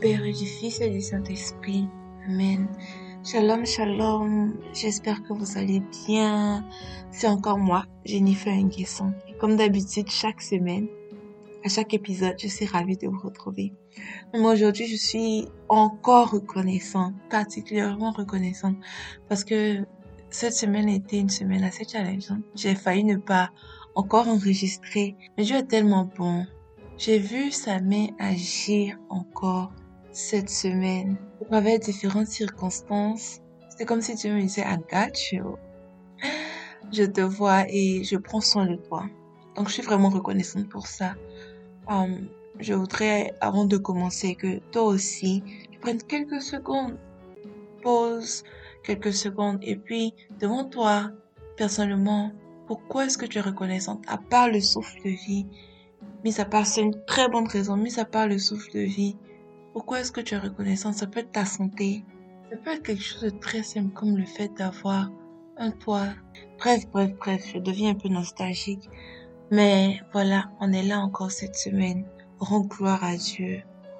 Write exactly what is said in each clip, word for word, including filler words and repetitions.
Père et du Fils et du Saint-Esprit. Amen. Shalom, shalom. J'espère que vous allez bien. C'est encore moi, Jennifer Nguesson. Et comme d'habitude, chaque semaine, à chaque épisode, je suis ravie de vous retrouver. Mais aujourd'hui, je suis encore reconnaissante, particulièrement reconnaissante, parce que cette semaine a été une semaine assez challengeante. J'ai failli ne pas encore enregistrer, mais Dieu est tellement bon. J'ai vu sa main agir encore cette semaine. Au travers de différentes circonstances, c'est comme si Dieu me disait, I got you. Je te vois et je prends soin de toi. Donc, je suis vraiment reconnaissante pour ça. Um, je voudrais, avant de commencer, que toi aussi, tu prennes quelques secondes, pause quelques secondes et puis, devant toi, personnellement, pourquoi est-ce que tu es reconnaissante, à part le souffle de vie? Mis à part, c'est une très bonne raison, mis à part le souffle de vie, pourquoi est-ce que tu es reconnaissante? Ça peut être ta santé, ça peut être quelque chose de très simple comme le fait d'avoir un toit. Bref, bref, bref, je deviens un peu nostalgique. Mais voilà, on est là encore cette semaine. Rends gloire à Dieu.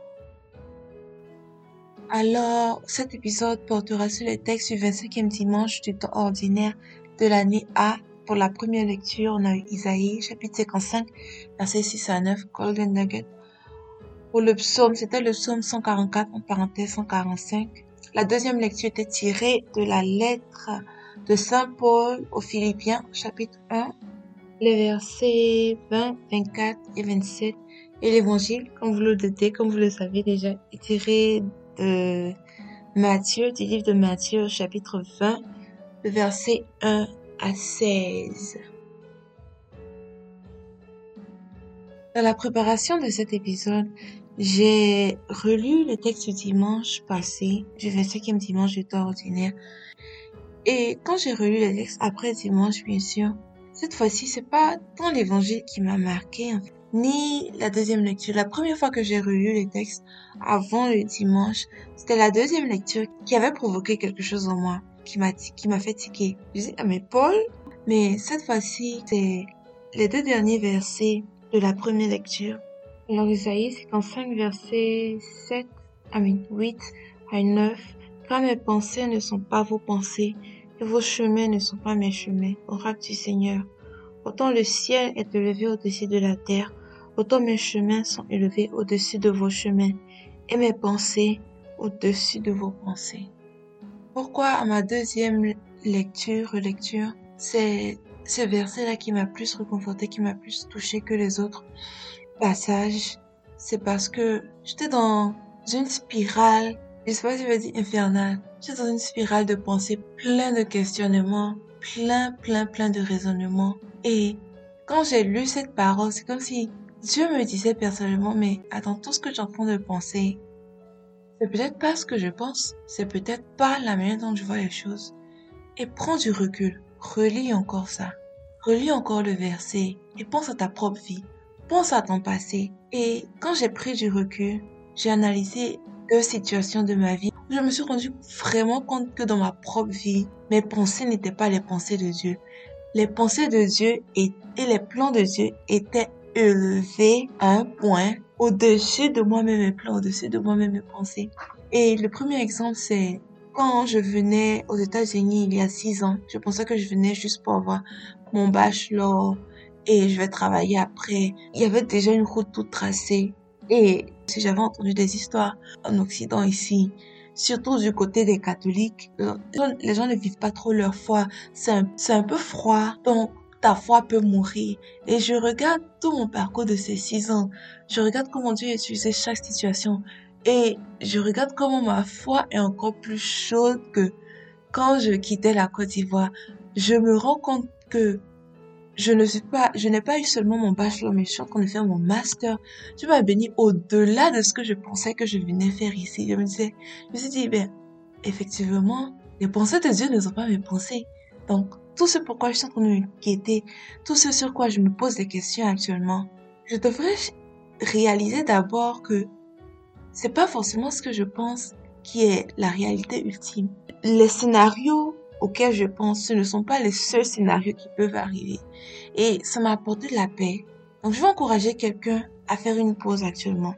Alors, cet épisode portera sur le texte du vingt-cinquième dimanche du temps ordinaire de l'année A. Pour la première lecture, on a eu Isaïe, chapitre cinquante-cinq, versets six à neuf, Golden Nugget. Pour le psaume, c'était le psaume cent quarante-quatre, en parenthèse cent quarante-cinq. La deuxième lecture était tirée de la lettre de Saint Paul aux Philippiens, chapitre un, les versets vingt, vingt-quatre et vingt-sept. Et l'évangile, comme vous le doutez, comme vous le savez déjà, est tiré de Matthieu, du livre de Matthieu, chapitre vingt, le verset un à seize. Dans la préparation de cet épisode, j'ai relu le texte du dimanche passé, du vingt-cinquième dimanche du temps ordinaire. Et quand j'ai relu le texte après dimanche, bien sûr, cette fois-ci, c'est pas tant l'évangile qui m'a marqué, en fait, ni la deuxième lecture. La première fois que j'ai relu les textes avant le dimanche, c'était la deuxième lecture qui avait provoqué quelque chose en moi, qui m'a, qui m'a fait tiquer. Je dis, ah mais Paul, mais cette fois-ci, c'est les deux derniers versets de la première lecture. Alors Isaïe cinquante-cinq, versets sept, I mean huit à neuf. Car mes pensées ne sont pas vos pensées, et vos chemins ne sont pas mes chemins, oracle du Seigneur. Autant le ciel est élevé au-dessus de la terre, autant mes chemins sont élevés au-dessus de vos chemins, et mes pensées au-dessus de vos pensées. Pourquoi à ma deuxième lecture, relecture, c'est ce verset-là qui m'a plus réconforté, qui m'a plus touché que les autres passages? C'est parce que j'étais dans une spirale, je sais pas si je veux dire infernale, j'étais dans une spirale de pensée, plein de questionnements, plein, plein, plein de raisonnements. Et quand j'ai lu cette parole, c'est comme si Dieu me disait personnellement, mais attends, tout ce que tu es en train de penser, c'est peut-être pas ce que je pense, c'est peut-être pas la manière dont je vois les choses. Et prends du recul, relis encore ça, relis encore le verset et pense à ta propre vie, pense à ton passé. Et quand j'ai pris du recul, j'ai analysé deux situations de ma vie où je me suis rendu vraiment compte que dans ma propre vie, mes pensées n'étaient pas les pensées de Dieu. Les pensées de Dieu et, et les plans de Dieu étaient élevés à un point au-dessus de moi-même, mes plans, au-dessus de moi-même, mes pensées. Et le premier exemple, c'est quand je venais aux États-Unis il y a six ans. Je pensais que je venais juste pour avoir mon bachelor et je vais travailler après. Il y avait déjà une route toute tracée. Et si j'avais entendu des histoires en Occident ici, surtout du côté des catholiques, les gens ne vivent pas trop leur foi. C'est un, c'est un peu froid, donc ta foi peut mourir. Et je regarde tout mon parcours de ces six ans. Je regarde comment Dieu a utilisé chaque situation. Et je regarde comment ma foi est encore plus chaude que quand je quittais la Côte d'Ivoire. Je me rends compte que je ne suis pas, je n'ai pas eu seulement mon bachelor, mais je suis en train de faire mon master. Dieu m'a béni au-delà de ce que je pensais que je venais faire ici. Je me disais, je me suis dit, ben, effectivement, les pensées de Dieu ne sont pas mes pensées. Donc, tout ce pourquoi je suis en train de m'inquiéter, tout ce sur quoi je me pose des questions actuellement, je devrais réaliser d'abord que c'est pas forcément ce que je pense qui est la réalité ultime. Les scénarios auxquels je pense, ce ne sont pas les seuls scénarios qui peuvent arriver. Et ça m'a apporté de la paix. Donc, je vais encourager quelqu'un à faire une pause actuellement,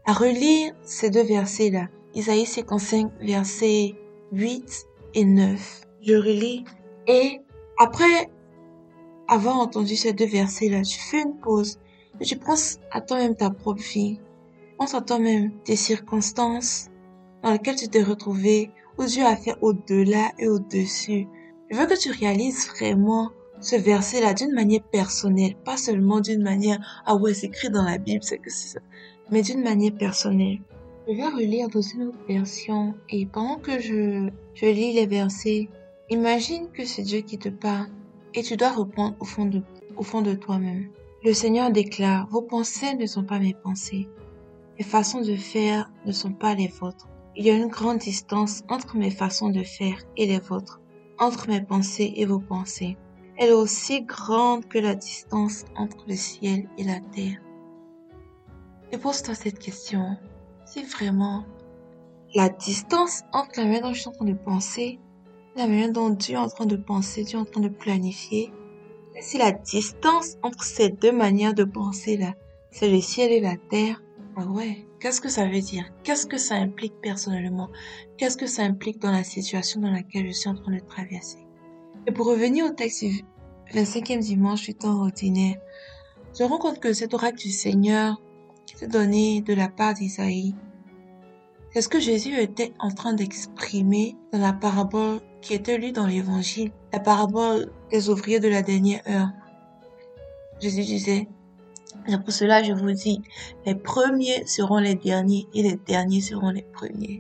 à relire ces deux versets-là. Isaïe cinquante-cinq, versets huit et neuf. Je relis. Et après avoir entendu ces deux versets-là, tu fais une pause. Et tu penses à toi-même ta propre vie. Pense à toi-même tes circonstances dans lesquelles tu t'es retrouvé, où Dieu a fait au-delà et au-dessus. Je veux que tu réalises vraiment ce verset-là d'une manière personnelle, pas seulement d'une manière, ah ouais, c'est écrit dans la Bible, c'est que c'est ça, mais d'une manière personnelle. Je vais relire dans une autre version et pendant que je, je lis les versets, imagine que c'est Dieu qui te parle et tu dois reprendre au fond de, au fond de toi-même. Le Seigneur déclare, vos pensées ne sont pas mes pensées. Mes façons de faire ne sont pas les vôtres. Il y a une grande distance entre mes façons de faire et les vôtres, entre mes pensées et vos pensées. Elle est aussi grande que la distance entre le ciel et la terre. Et pose-toi cette question. Si vraiment la distance entre la manière dont je suis en train de penser, la manière dont Dieu est en train de penser, Dieu est en train de planifier, si la distance entre ces deux manières de penser là, c'est le ciel et la terre, ah ouais, qu'est-ce que ça veut dire? Qu'est-ce que ça implique personnellement? Qu'est-ce que ça implique dans la situation dans laquelle je suis en train de traverser? Et pour revenir au texte du vingt-cinquième dimanche du temps ordinaire, je rends compte que cet oracle du Seigneur qui était donné de la part d'Isaïe, c'est ce que Jésus était en train d'exprimer dans la parabole qui était lue dans l'évangile, la parabole des ouvriers de la dernière heure. Jésus disait, c'est pour cela je vous dis, les premiers seront les derniers et les derniers seront les premiers.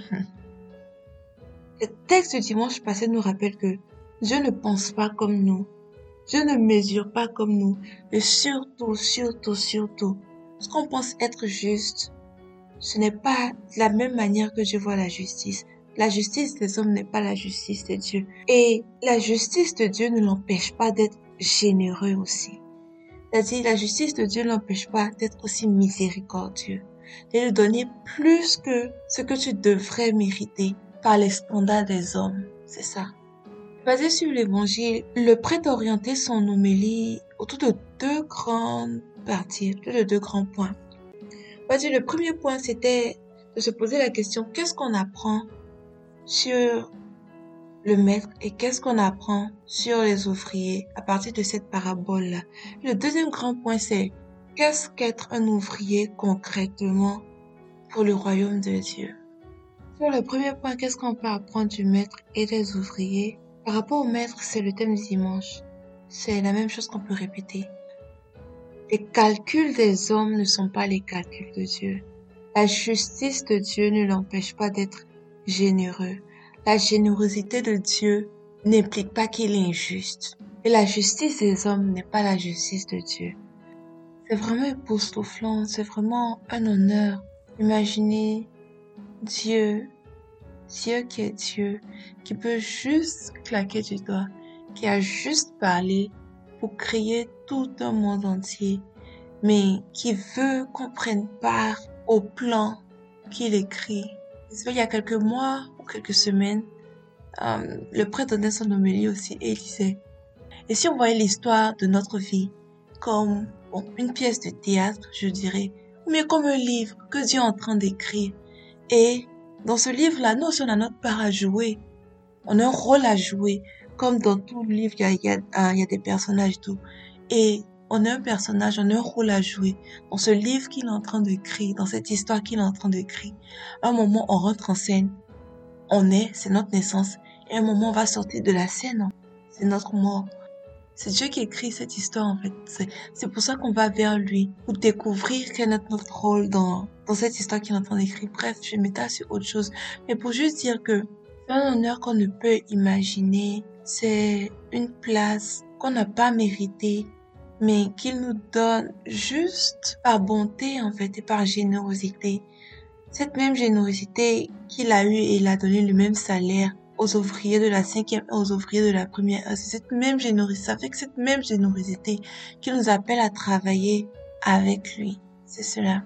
Le texte du dimanche passé nous rappelle que Dieu ne pense pas comme nous. Dieu ne mesure pas comme nous. Et surtout, surtout, surtout, ce qu'on pense être juste, ce n'est pas de la même manière que Dieu voit la justice. La justice des hommes n'est pas la justice de Dieu. Et la justice de Dieu ne l'empêche pas d'être généreux aussi. C'est-à-dire, la justice de Dieu ne l'empêche pas d'être aussi miséricordieux, de lui donner plus que ce que tu devrais mériter par les standards des hommes. C'est ça. Basé sur l'évangile, le prêtre a orienté son homélie autour de deux grandes parties, autour de deux grands points. On va dire, le premier point, c'était de se poser la question, qu'est-ce qu'on apprend sur le maître et qu'est-ce qu'on apprend sur les ouvriers à partir de cette parabole-là. Le deuxième grand point, c'est qu'est-ce qu'être un ouvrier concrètement pour le royaume de Dieu. Sur le premier point, qu'est-ce qu'on peut apprendre du maître et des ouvriers? Par rapport au maître, c'est le thème du dimanche. C'est la même chose qu'on peut répéter. Les calculs des hommes ne sont pas les calculs de Dieu. La justice de Dieu ne l'empêche pas d'être généreux. La générosité de Dieu n'implique pas qu'il est injuste. Et la justice des hommes n'est pas la justice de Dieu. C'est vraiment époustouflant, c'est vraiment un honneur. Imaginez Dieu, Dieu qui est Dieu, qui peut juste claquer du doigt, qui a juste parlé pour créer tout un monde entier, mais qui veut qu'on prenne part au plan qu'il écrit. Il y a quelques mois ou quelques semaines, euh, le prêtre donnait son homélie aussi et il disait, et si on voyait l'histoire de notre vie comme bon, une pièce de théâtre, je dirais, ou bien comme un livre que Dieu est en train d'écrire. Et dans ce livre-là, nous aussi on a notre part à jouer. On a un rôle à jouer. Comme dans tout livre, il y a, il y a, euh, il y a des personnages et tout. Et on a un personnage, on a un rôle à jouer. Dans ce livre qu'il est en train d'écrire, dans cette histoire qu'il est en train d'écrire, à un moment, on rentre en scène. On est, c'est notre naissance. Et à un moment, on va sortir de la scène. C'est notre mort. C'est Dieu qui écrit cette histoire, en fait. C'est, c'est pour ça qu'on va vers lui, pour découvrir quel est notre rôle dans, dans cette histoire qu'il est en train d'écrire. Bref, je m'étale sur autre chose. Mais pour juste dire que c'est un honneur qu'on ne peut imaginer. C'est une place qu'on n'a pas méritée, mais qu'il nous donne juste par bonté, en fait, et par générosité. Cette même générosité qu'il a eue et il a donné le même salaire aux ouvriers de la cinquième heure, aux ouvriers de la première heure. C'est cette même générosité, avec cette même générosité qu'il nous appelle à travailler avec lui. C'est cela.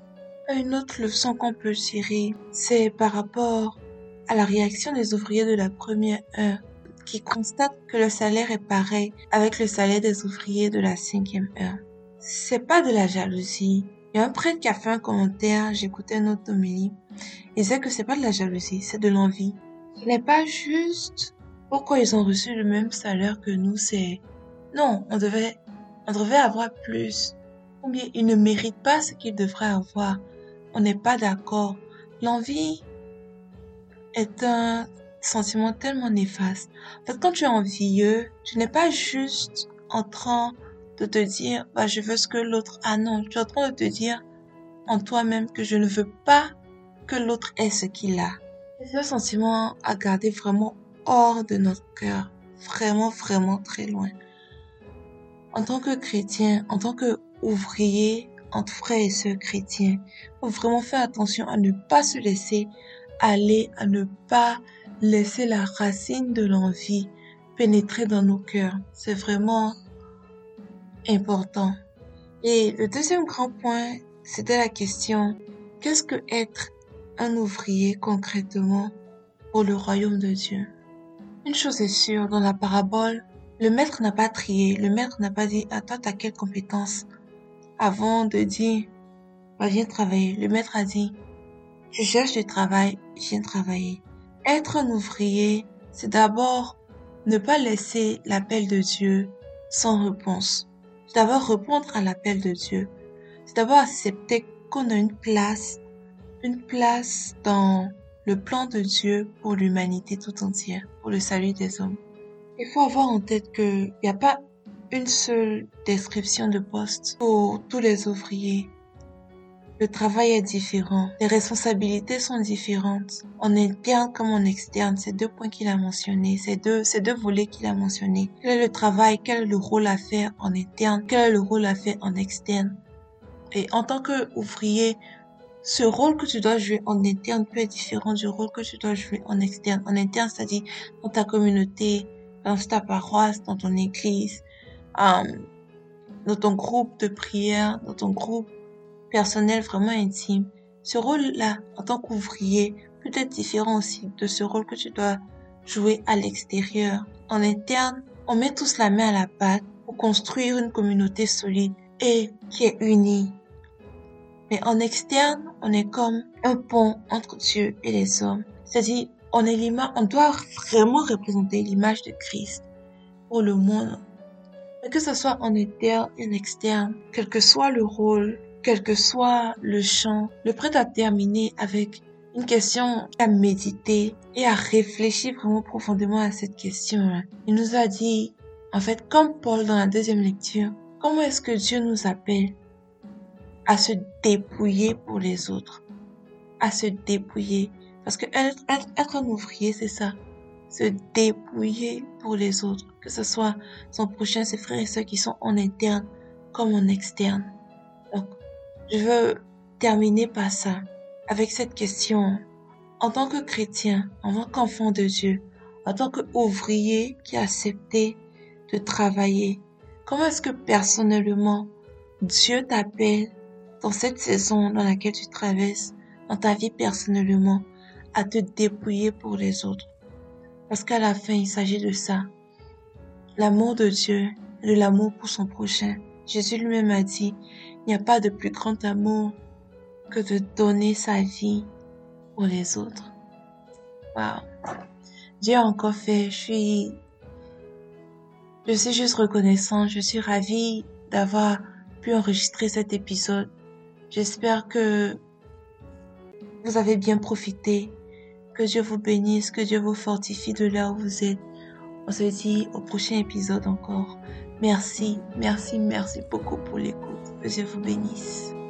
Une autre leçon qu'on peut tirer, c'est par rapport à la réaction des ouvriers de la première heure, qui constatent que le salaire est pareil avec le salaire des ouvriers de la cinquième heure. C'est pas de la jalousie, Il y a un prêtre qui a fait un commentaire, j'écoutais une autre homélie. Il disait que c'est pas de la jalousie, c'est de l'envie. Ce n'est pas juste pourquoi ils ont reçu le même salaire que nous, c'est... Non, on devait, on devait avoir plus. Ou bien ils ne méritent pas ce qu'ils devraient avoir. On n'est pas d'accord. L'envie est un sentiment tellement néfaste. En fait, quand tu es envieux, tu n'es pas juste en train de te dire, bah, je veux ce que l'autre a. Non, tu es en train de te dire en toi-même que je ne veux pas que l'autre ait ce qu'il a. C'est un sentiment à garder vraiment hors de notre cœur. Vraiment, vraiment très loin. En tant que chrétien, en tant que ouvrier, entre frères et sœurs chrétiens, faut vraiment faire attention à ne pas se laisser aller, à ne pas laisser la racine de l'envie pénétrer dans nos cœurs. C'est vraiment important. Et le deuxième grand point, c'était la question, qu'est-ce que être un ouvrier concrètement pour le royaume de Dieu? Une chose est sûre, dans la parabole, le maître n'a pas trié, le maître n'a pas dit, ah, toi, t'as quelle compétence? Avant de dire, bah, viens travailler. Le maître a dit, je cherche du travail, viens travailler. Être un ouvrier, c'est d'abord ne pas laisser l'appel de Dieu sans réponse. C'est d'abord répondre à l'appel de Dieu. C'est d'abord accepter qu'on a une place, une place dans le plan de Dieu pour l'humanité tout entière, pour le salut des hommes. Il faut avoir en tête qu'il n'y a pas une seule description de poste pour tous les ouvriers. Le travail est différent, les responsabilités sont différentes, en interne comme en externe, c'est deux points qu'il a mentionnés, c'est deux, c'est deux volets qu'il a mentionnés. Quel est le travail, quel est le rôle à faire en interne, quel est le rôle à faire en externe. Et en tant qu'ouvrier, ce rôle que tu dois jouer en interne peut être différent du rôle que tu dois jouer en externe. En interne, c'est-à-dire dans ta communauté, dans ta paroisse, dans ton église, euh, dans ton groupe de prière, dans ton groupe personnel vraiment intime. Ce rôle-là, en tant qu'ouvrier, peut être différent aussi de ce rôle que tu dois jouer à l'extérieur. En interne, on met tous la main à la pâte pour construire une communauté solide et qui est unie. Mais en externe, on est comme un pont entre Dieu et les hommes. C'est-à-dire, on est l'image, on doit vraiment représenter l'image de Christ pour le monde. Mais que ce soit en interne et en externe, quel que soit le rôle, quel que soit le chant, le prêtre a terminé avec une question à méditer et à réfléchir vraiment profondément à cette question-là. Il nous a dit, en fait, comme Paul dans la deuxième lecture, comment est-ce que Dieu nous appelle à se dépouiller pour les autres, à se dépouiller. Parce que être, être, être un ouvrier, c'est ça, se dépouiller pour les autres, que ce soit son prochain, ses frères et sœurs qui sont en interne comme en externe. Donc, je veux terminer par ça, avec cette question. En tant que chrétien, en tant qu'enfant de Dieu, en tant qu'ouvrier qui a accepté de travailler, comment est-ce que personnellement, Dieu t'appelle dans cette saison dans laquelle tu traverses, dans ta vie personnellement, à te dépouiller pour les autres? Parce qu'à la fin, il s'agit de ça. L'amour de Dieu, de l'amour pour son prochain. Jésus lui-même a dit, il n'y a pas de plus grand amour que de donner sa vie pour les autres. Wow. Dieu a encore fait, je suis, je suis juste reconnaissante, je suis ravie d'avoir pu enregistrer cet épisode. J'espère que vous avez bien profité, que Dieu vous bénisse, que Dieu vous fortifie de là où vous êtes. On se dit au prochain épisode encore. Merci, merci, merci beaucoup pour l'écoute. Que Dieu vous bénisse.